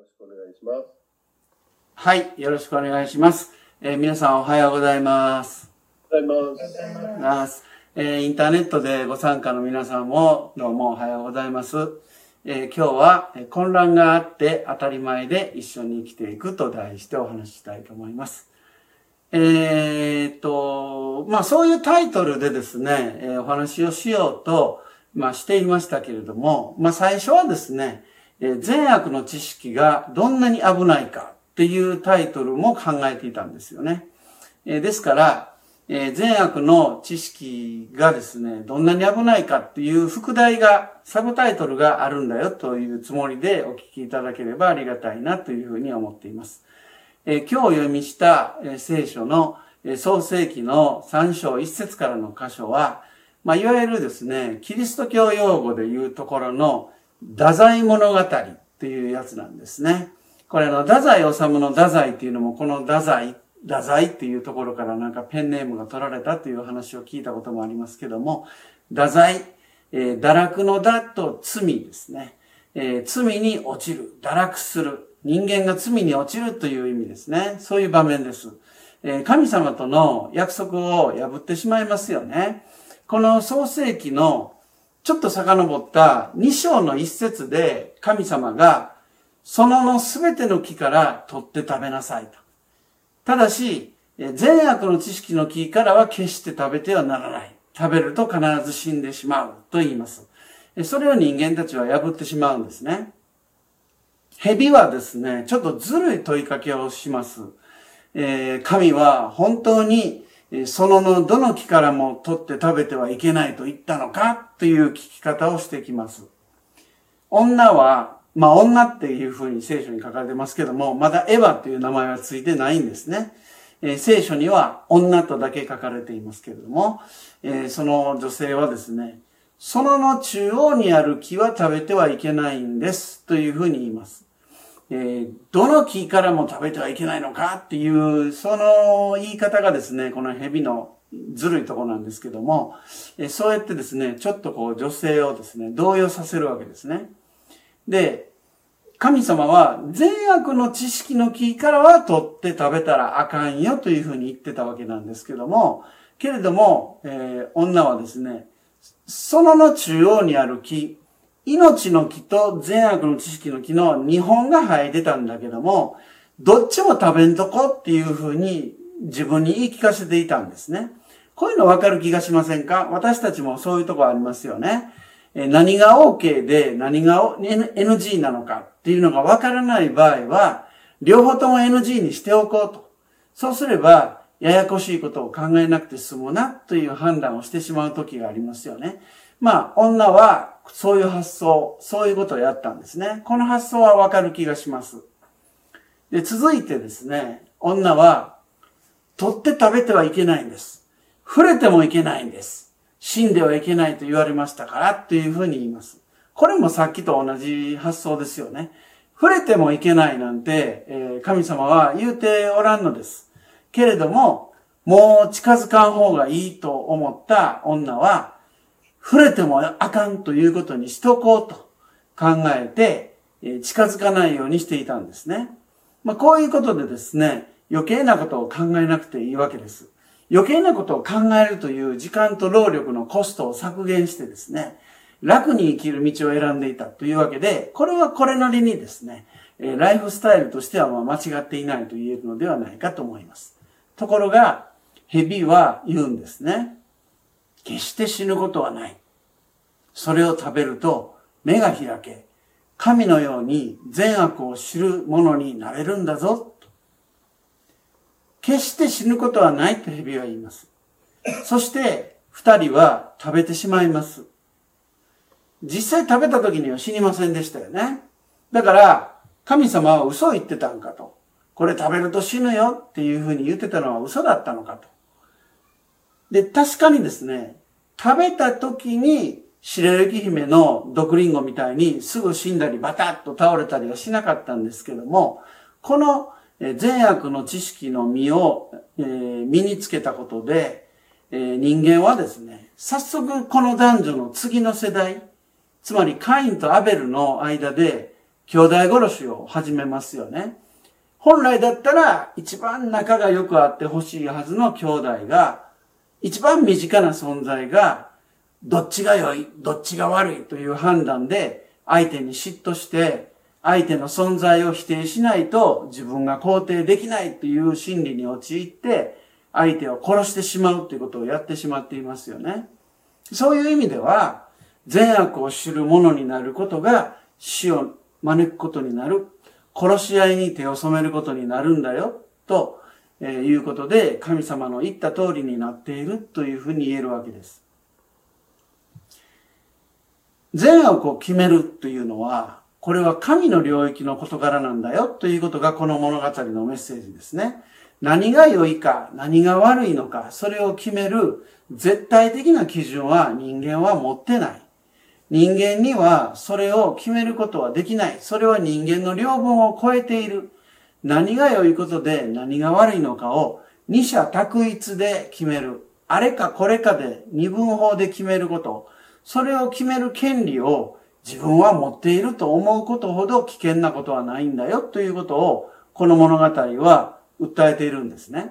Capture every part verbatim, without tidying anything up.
ろしくお願いします。 はい、よろしくお願いします。えー、皆さんおはようございます。 おはようございます。 えー、インターネットでご参加の皆さんもどうもおはようございます。えー、今日は混乱があって当たり前で一緒に生きていくと題してお話ししたいと思います。えー、っと、まあそういうタイトルでですね、えー、お話をしようと、まあしていましたけれども、まあ最初はですね、えー、善悪の知識がどんなに危ないかっていうタイトルも考えていたんですよね。えー、ですから、えー、善悪の知識がですね、どんなに危ないかっていう副題が、サブタイトルがあるんだよというつもりでお聞きいただければありがたいなというふうに思っています。えー、今日お読みした、えー、聖書の、えー、創世記のさん章いち節からの箇所は、まあ、いわゆるですね、キリスト教用語でいうところの太宰物語っていうやつなんですね。これあの、太宰治の太宰っていうのもこの太宰、太宰っていうところからなんかペンネームが取られたという話を聞いたこともありますけども、太宰、えー、堕落の堕と罪ですね。えー、罪に落ちる、堕落する。人間が罪に落ちるという意味ですね。そういう場面です。えー、神様との約束を破ってしまいますよね。この創世記のちょっと遡ったに章の一節で神様がそののすべての木から取って食べなさいと。ただし、善悪の知識の木からは決して食べてはならない。食べると必ず死んでしまうと言います。それを人間たちは破ってしまうんですね。蛇はですね、ちょっとずるい問いかけをします。えー、神は本当にそののどの木からも取って食べてはいけないと言ったのかという聞き方をしてきます。女は、まあ女っていうふうに聖書に書かれてますけども、まだエヴァという名前はついてないんですね。えー、聖書には女とだけ書かれていますけれども、えー、その女性はですね、そのの中央にある木は食べてはいけないんですというふうに言います。えー、どの木からも食べてはいけないのかっていう、その言い方がですね、この蛇のずるいところなんですけども、えー、そうやってですね、ちょっとこう女性をですね、動揺させるわけですね。で、神様は善悪の知識の木からは取って食べたらあかんよというふうに言ってたわけなんですけども、けれども、えー、女はですね、そのの中央にある木、命の木と善悪の知識の木のにほんが生えてたんだけども、どっちも食べんとこっていうふうに自分に言い聞かせていたんですね。こういうの分かる気がしませんか？私たちもそういうとこありますよね。何が OK で何が エヌジー なのかっていうのが分からない場合は、両方とも エヌジー にしておこうと。そうすれば、ややこしいことを考えなくて済むなという判断をしてしまう時がありますよね。まあ、女はそういう発想、そういうことをやったんですね。この発想はわかる気がします。で、続いてですね、女は、取って食べてはいけないんです。触れてもいけないんです。死んではいけないと言われましたから、というふうに言います。これもさっきと同じ発想ですよね。触れてもいけないなんて、えー、神様は言うておらんのです。けれども、もう近づかん方がいいと思った女は、触れてもあかんということにしとこうと考えて、近づかないようにしていたんですね。まあ、こういうことでですね、余計なことを考えなくていいわけです。余計なことを考えるという時間と労力のコストを削減してですね、楽に生きる道を選んでいたというわけで、これはこれなりにですね、ライフスタイルとしてはまあ間違っていないと言えるのではないかと思います。ところが、蛇は言うんですね。決して死ぬことはない。それを食べると目が開け、神のように善悪を知る者になれるんだぞ。決して死ぬことはないと蛇は言います。そして二人は食べてしまいます。実際食べた時には死にませんでしたよね。だから神様は嘘を言ってたんかと。これ食べると死ぬよっていうふうに言ってたのは嘘だったのかと。で、確かにですね、食べた時に白雪姫の毒リンゴみたいにすぐ死んだりバタッと倒れたりはしなかったんですけども、この善悪の知識の実を身につけたことで、人間はですね、早速この男女の次の世代、つまりカインとアベルの間で兄弟殺しを始めますよね。本来だったら一番仲が良くあってほしいはずの兄弟が、一番身近な存在が、どっちが良い、どっちが悪いという判断で相手に嫉妬して、相手の存在を否定しないと自分が肯定できないという心理に陥って、相手を殺してしまうということをやってしまっていますよね。そういう意味では、善悪を知る者になることが死を招くことになる。殺し合いに手を染めることになるんだよ、ということで、神様の言った通りになっているというふうに言えるわけです。善悪を決めるというのは、これは神の領域の事柄なんだよということがこの物語のメッセージですね。何が良いか、何が悪いのか、それを決める絶対的な基準は人間は持ってない。人間にはそれを決めることはできない。それは人間の領分を超えている。何が良いことで何が悪いのかを二者択一で決める。あれかこれかで二分法で決めること。それを決める権利を自分は持っていると思うことほど危険なことはないんだよということをこの物語は訴えているんですね。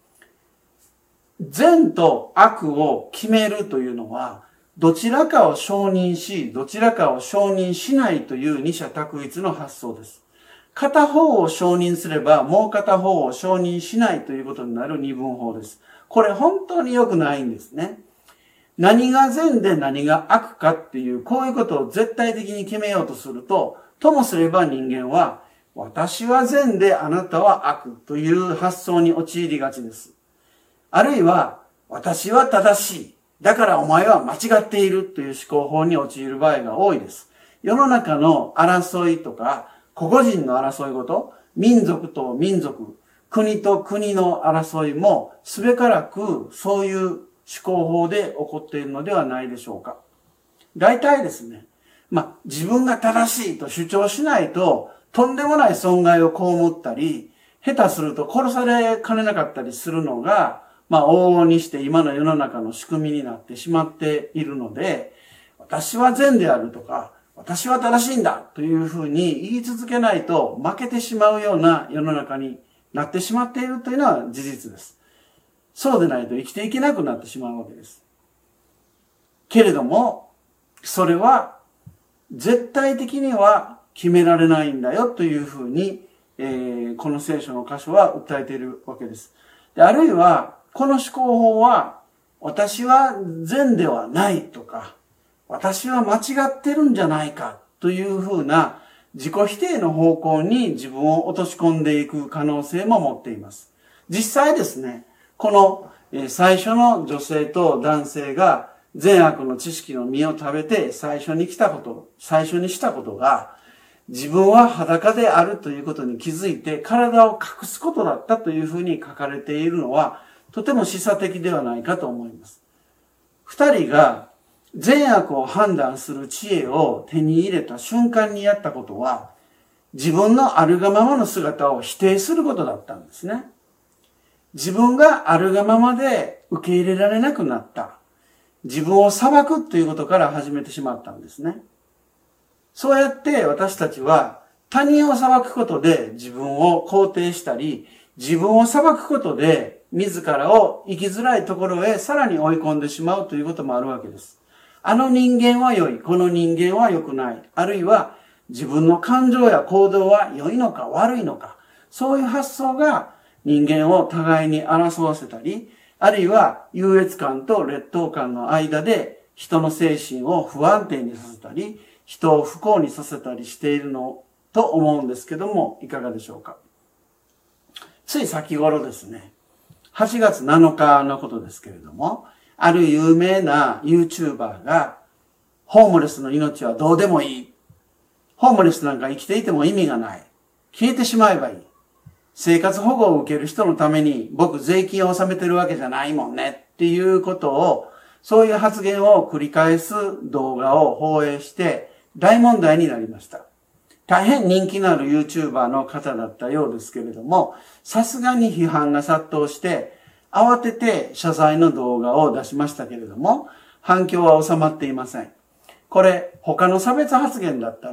善と悪を決めるというのはどちらかを承認し、どちらかを承認しないという二者択一の発想です。片方を承認すれば、もう片方を承認しないということになる二分法です。これ本当に良くないんですね。何が善で何が悪かっていう、こういうことを絶対的に決めようとすると、ともすれば人間は、私は善であなたは悪という発想に陥りがちです。あるいは、私は正しい。だからお前は間違っているという思考法に陥る場合が多いです。世の中の争いとか、個々人の争いごと、民族と民族、国と国の争いも、すべからくそういう思考法で起こっているのではないでしょうか。大体ですね、まあ、自分が正しいと主張しないと、とんでもない損害を被ったり、下手すると殺されかねなかったりするのが、まあ、往々にして今の世の中の仕組みになってしまっているので、私は善であるとか、私は正しいんだというふうに言い続けないと負けてしまうような世の中になってしまっているというのは事実です。そうでないと生きていけなくなってしまうわけです。けれども、それは絶対的には決められないんだよというふうに、えー、この聖書の箇所は訴えているわけです。で、あるいは、この思考法は、私は善ではないとか、私は間違ってるんじゃないかというふうな自己否定の方向に自分を落とし込んでいく可能性も持っています。実際ですね、この最初の女性と男性が善悪の知識の実を食べて最初に来たこと、最初にしたことが自分は裸であるということに気づいて体を隠すことだったというふうに書かれているのはとても示唆的ではないかと思います。二人が善悪を判断する知恵を手に入れた瞬間にやったことは、自分のあるがままの姿を否定することだったんですね。自分があるがままで受け入れられなくなった。自分を裁くということから始めてしまったんですね。そうやって私たちは他人を裁くことで自分を肯定したり、自分を裁くことで自らを生きづらいところへさらに追い込んでしまうということもあるわけです。あの人間は良い、この人間は良くない。あるいは自分の感情や行動は良いのか悪いのか。そういう発想が人間を互いに争わせたり、あるいは優越感と劣等感の間で人の精神を不安定にさせたり、人を不幸にさせたりしているのと思うんですけども、いかがでしょうか。つい先頃ですね、はちがつなのかのことですけれども、ある有名な YouTuber が、ホームレスの命はどうでもいい。ホームレスなんか生きていても意味がない。消えてしまえばいい。生活保護を受ける人のために僕税金を納めてるわけじゃないもんねっていうことを、そういう発言を繰り返す動画を放映して大問題になりました。大変人気のある YouTuber の方だったようですけれども、さすがに批判が殺到して、慌てて謝罪の動画を出しましたけれども、反響は収まっていません。これ、他の差別発言だったら、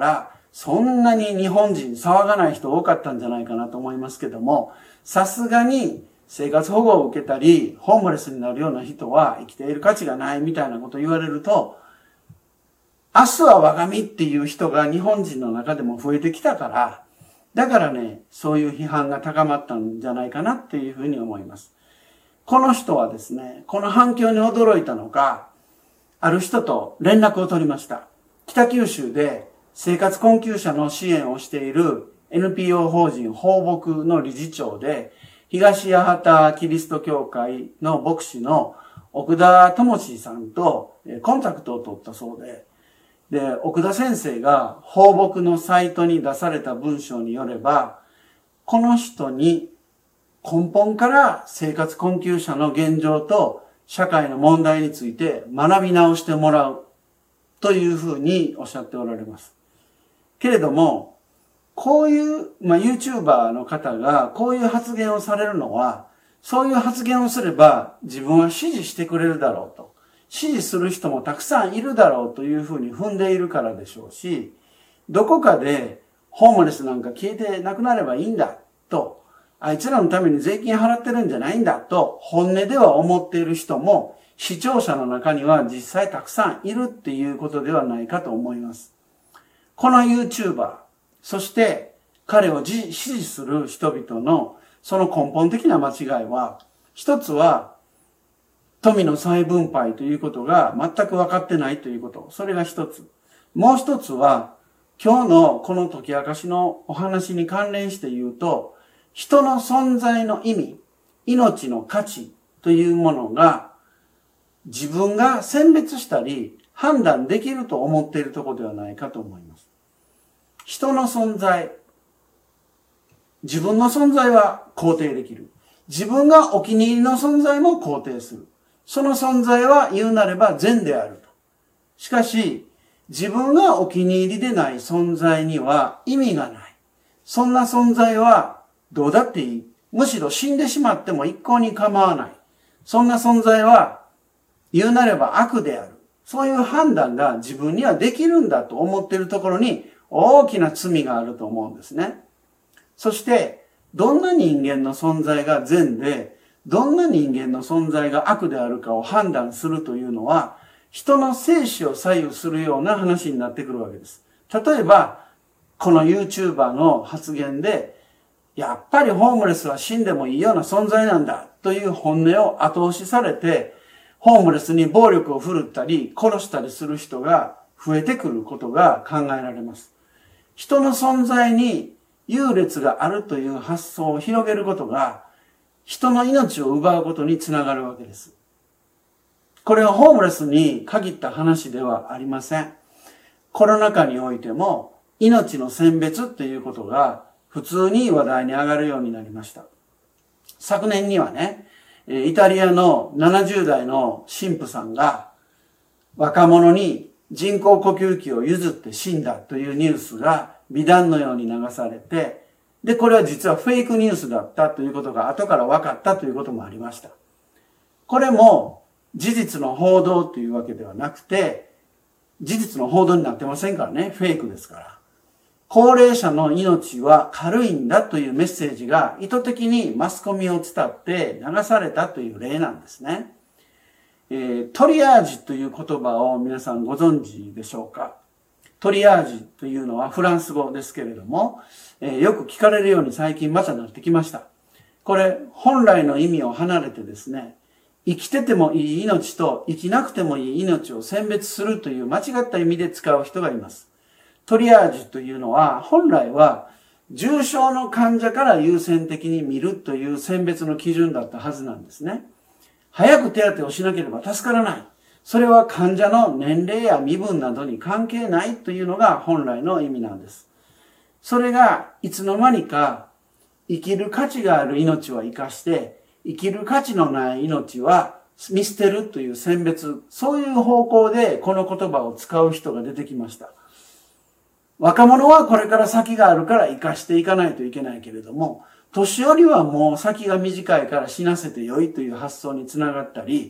そんなに日本人騒がない人多かったんじゃないかなと思いますけども、さすがに生活保護を受けたり、ホームレスになるような人は生きている価値がないみたいなことを言われると、明日は我が身っていう人が日本人の中でも増えてきたから、だからね、そういう批判が高まったんじゃないかなっていうふうに思います。この人はですね、この反響に驚いたのか、ある人と連絡を取りました。北九州で生活困窮者の支援をしている エヌピーオー 法人放牧の理事長で、東八幡キリスト教会の牧師の奥田智志さんとコンタクトを取ったそうで、で、奥田先生が放牧のサイトに出された文章によれば、この人に根本から生活困窮者の現状と社会の問題について学び直してもらうというふうにおっしゃっておられます。けれども、こういう、まあ、YouTuber の方がこういう発言をされるのは、そういう発言をすれば自分は支持してくれるだろうと。支持する人もたくさんいるだろうというふうに踏んでいるからでしょうし、どこかでホームレスなんか消えてなくなればいいんだと、あいつらのために税金払ってるんじゃないんだと本音では思っている人も視聴者の中には実際たくさんいるっていうことではないかと思います。この YouTuber、そして彼を支持する人々のその根本的な間違いは、一つは富の再分配ということが全く分かってないということ。それが一つ。もう一つは、今日のこの解き明かしのお話に関連して言うと、人の存在の意味、命の価値というものが自分が選別したり判断できると思っているところではないかと思います。人の存在、自分の存在は肯定できる。自分がお気に入りの存在も肯定する。その存在は言うなれば善であると。しかし、自分がお気に入りでない存在には意味がない。そんな存在はどうだっていい。むしろ死んでしまっても一向に構わない。そんな存在は言うなれば悪である。そういう判断が自分にはできるんだと思っているところに大きな罪があると思うんですね。そして、どんな人間の存在が善で、どんな人間の存在が悪であるかを判断するというのは、人の生死を左右するような話になってくるわけです。例えば、この YouTuber の発言で、やっぱりホームレスは死んでもいいような存在なんだという本音を後押しされて、ホームレスに暴力を振るったり殺したりする人が増えてくることが考えられます。人の存在に優劣があるという発想を広げることが人の命を奪うことにつながるわけです。これはホームレスに限った話ではありません。コロナ禍においても命の選別ということが普通に話題に上がるようになりました。昨年にはね、イタリアのななじゅう代の神父さんが若者に人工呼吸器を譲って死んだというニュースが美談のように流されて、で、これは実はフェイクニュースだったということが後から分かったということもありました。これも事実の報道というわけではなくて、事実の報道になってませんからね、フェイクですから。高齢者の命は軽いんだというメッセージが意図的にマスコミを伝って流されたという例なんですね。えー、トリアージという言葉を皆さんご存知でしょうか。トリアージというのはフランス語ですけれども、えー、よく聞かれるように最近またなってきました。これ本来の意味を離れてですね、生きててもいい命と生きなくてもいい命を選別するという間違った意味で使う人がいます。トリアージというのは本来は重症の患者から優先的に見るという選別の基準だったはずなんですね。早く手当てをしなければ助からない。それは患者の年齢や身分などに関係ないというのが本来の意味なんです。それがいつの間にか生きる価値がある命は生かして生きる価値のない命は見捨てるという選別、そういう方向でこの言葉を使う人が出てきました。若者はこれから先があるから生かしていかないといけないけれども、年寄りはもう先が短いから死なせてよいという発想につながったり、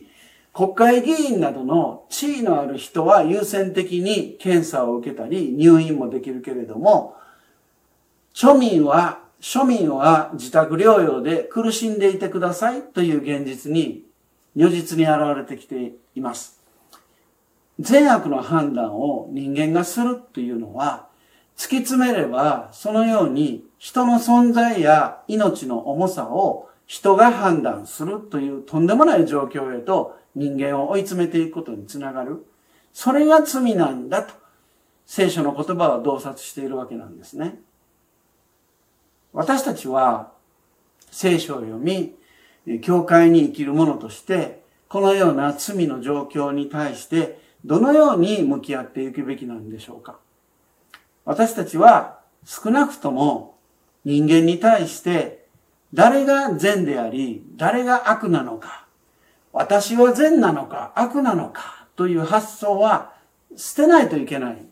国会議員などの地位のある人は優先的に検査を受けたり入院もできるけれども、庶民は、庶民は自宅療養で苦しんでいてくださいという現実に、如実に現れてきています。善悪の判断を人間がするっていうのは、突き詰めればそのように人の存在や命の重さを人が判断するというとんでもない状況へと人間を追い詰めていくことにつながる。それが罪なんだと聖書の言葉は洞察しているわけなんですね。私たちは聖書を読み、教会に生きる者としてこのような罪の状況に対してどのように向き合っていくべきなんでしょうか。私たちは少なくとも人間に対して誰が善であり、誰が悪なのか、私は善なのか悪なのかという発想は捨てないといけない。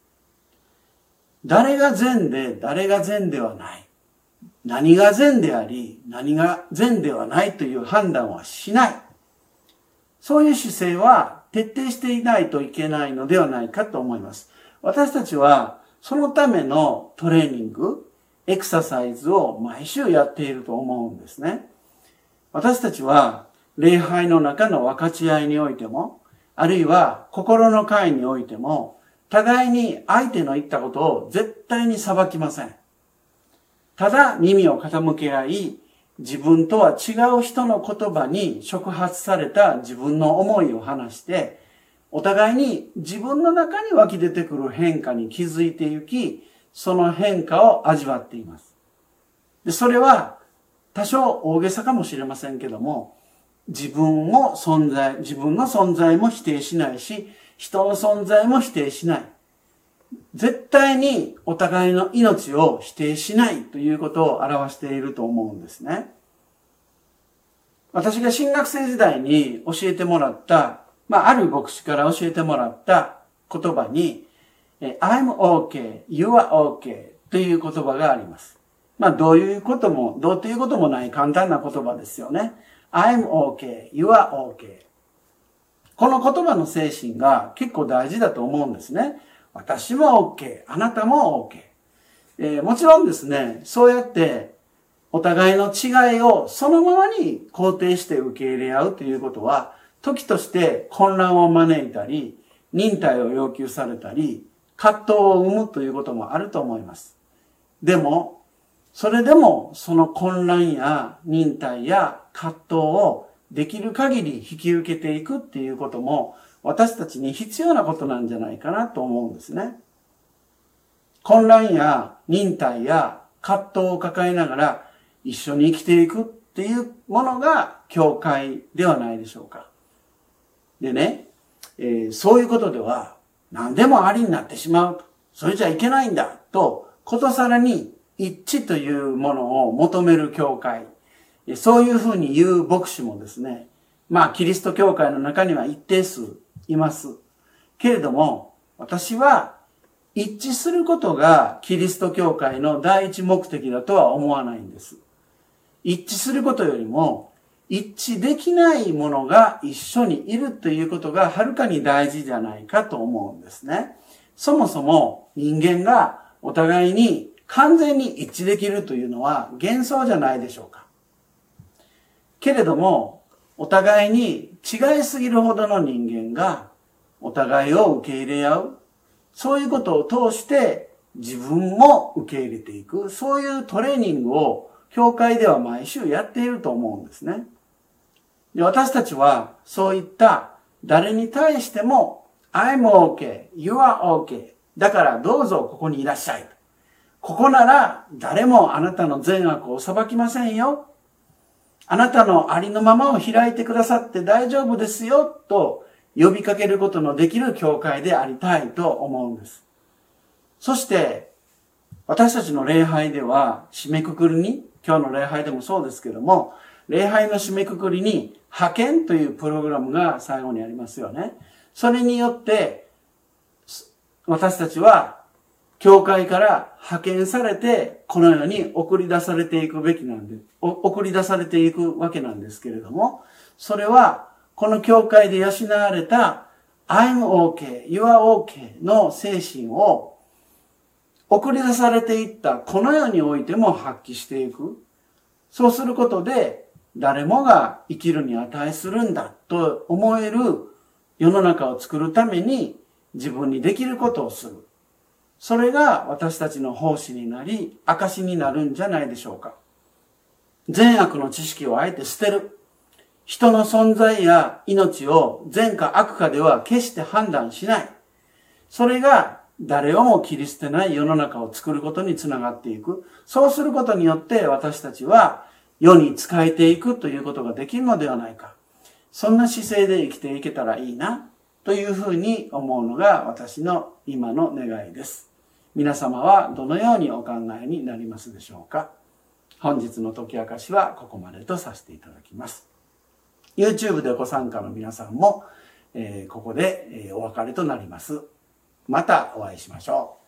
誰が善で誰が善ではない。何が善であり、何が善ではないという判断はしない。そういう姿勢は徹底していないといけないのではないかと思います。私たちはそのためのトレーニング、エクササイズを毎週やっていると思うんですね。私たちは礼拝の中の分かち合いにおいても、あるいは心の会においても、互いに相手の言ったことを絶対に裁きません。ただ耳を傾け合い、自分とは違う人の言葉に触発された自分の思いを話して、お互いに自分の中に湧き出てくる変化に気づいていき、その変化を味わっています。で、それは多少大げさかもしれませんけども、自分も存在、自分の存在も否定しないし、人の存在も否定しない。絶対にお互いの命を否定しないということを表していると思うんですね。私が新学生時代に教えてもらった、まあ、ある牧師から教えてもらった言葉に、I'm okay, you are okay という言葉があります。まあ、どういうことも、どうということもない簡単な言葉ですよね。I'm okay, you are okay。この言葉の精神が結構大事だと思うんですね。私も OK、あなたも OK。えー、もちろんですね、そうやってお互いの違いをそのままに肯定して受け入れ合うということは、時として混乱を招いたり、忍耐を要求されたり、葛藤を生むということもあると思います。でも、それでもその混乱や忍耐や葛藤をできる限り引き受けていくっていうことも、私たちに必要なことなんじゃないかなと思うんですね。混乱や忍耐や葛藤を抱えながら一緒に生きていくっていうものが教会ではないでしょうか。でね、えー、そういうことでは何でもありになってしまうと。それじゃいけないんだと、ことさらに一致というものを求める教会。そういうふうに言う牧師もですね、まあキリスト教会の中には一定数います。けれども、私は一致することがキリスト教会の第一目的だとは思わないんです。一致することよりも、一致できないものが一緒にいるということがはるかに大事じゃないかと思うんですね。そもそも人間がお互いに完全に一致できるというのは幻想じゃないでしょうか。けれども、お互いに違いすぎるほどの人間がお互いを受け入れ合う。そういうことを通して自分も受け入れていく。そういうトレーニングを教会では毎週やっていると思うんですね。で、私たちはそういった誰に対しても I'm okay, you are okay。だからどうぞここにいらっしゃい。ここなら誰もあなたの善悪を裁きませんよ。あなたのありのままを開いてくださって大丈夫ですよと呼びかけることのできる教会でありたいと思うんです。そして私たちの礼拝では締めくくりに、今日の礼拝でもそうですけども、礼拝の締めくくりに派遣というプログラムが最後にありますよね。それによって私たちは教会から派遣されて、このように送り出されていくべきなんで、送り出されていくわけなんですけれども、それはこの教会で養われた I'm okay, you are okay の精神を送り出されていったこの世においても発揮していく。そうすることで誰もが生きるに値するんだと思える世の中を作るために自分にできることをする。それが私たちの奉仕になり、証になるんじゃないでしょうか。善悪の知識をあえて捨てる。人の存在や命を善か悪かでは決して判断しない。それが誰をも切り捨てない世の中を作ることにつながっていく。そうすることによって私たちは世に仕えていくということができるのではないか。そんな姿勢で生きていけたらいいなというふうに思うのが私の今の願いです。皆様はどのようにお考えになりますでしょうか。本日の解き明かしはここまでとさせていただきます。YouTube でご参加の皆さんも、えー、ここで、えー、お別れとなります。またお会いしましょう。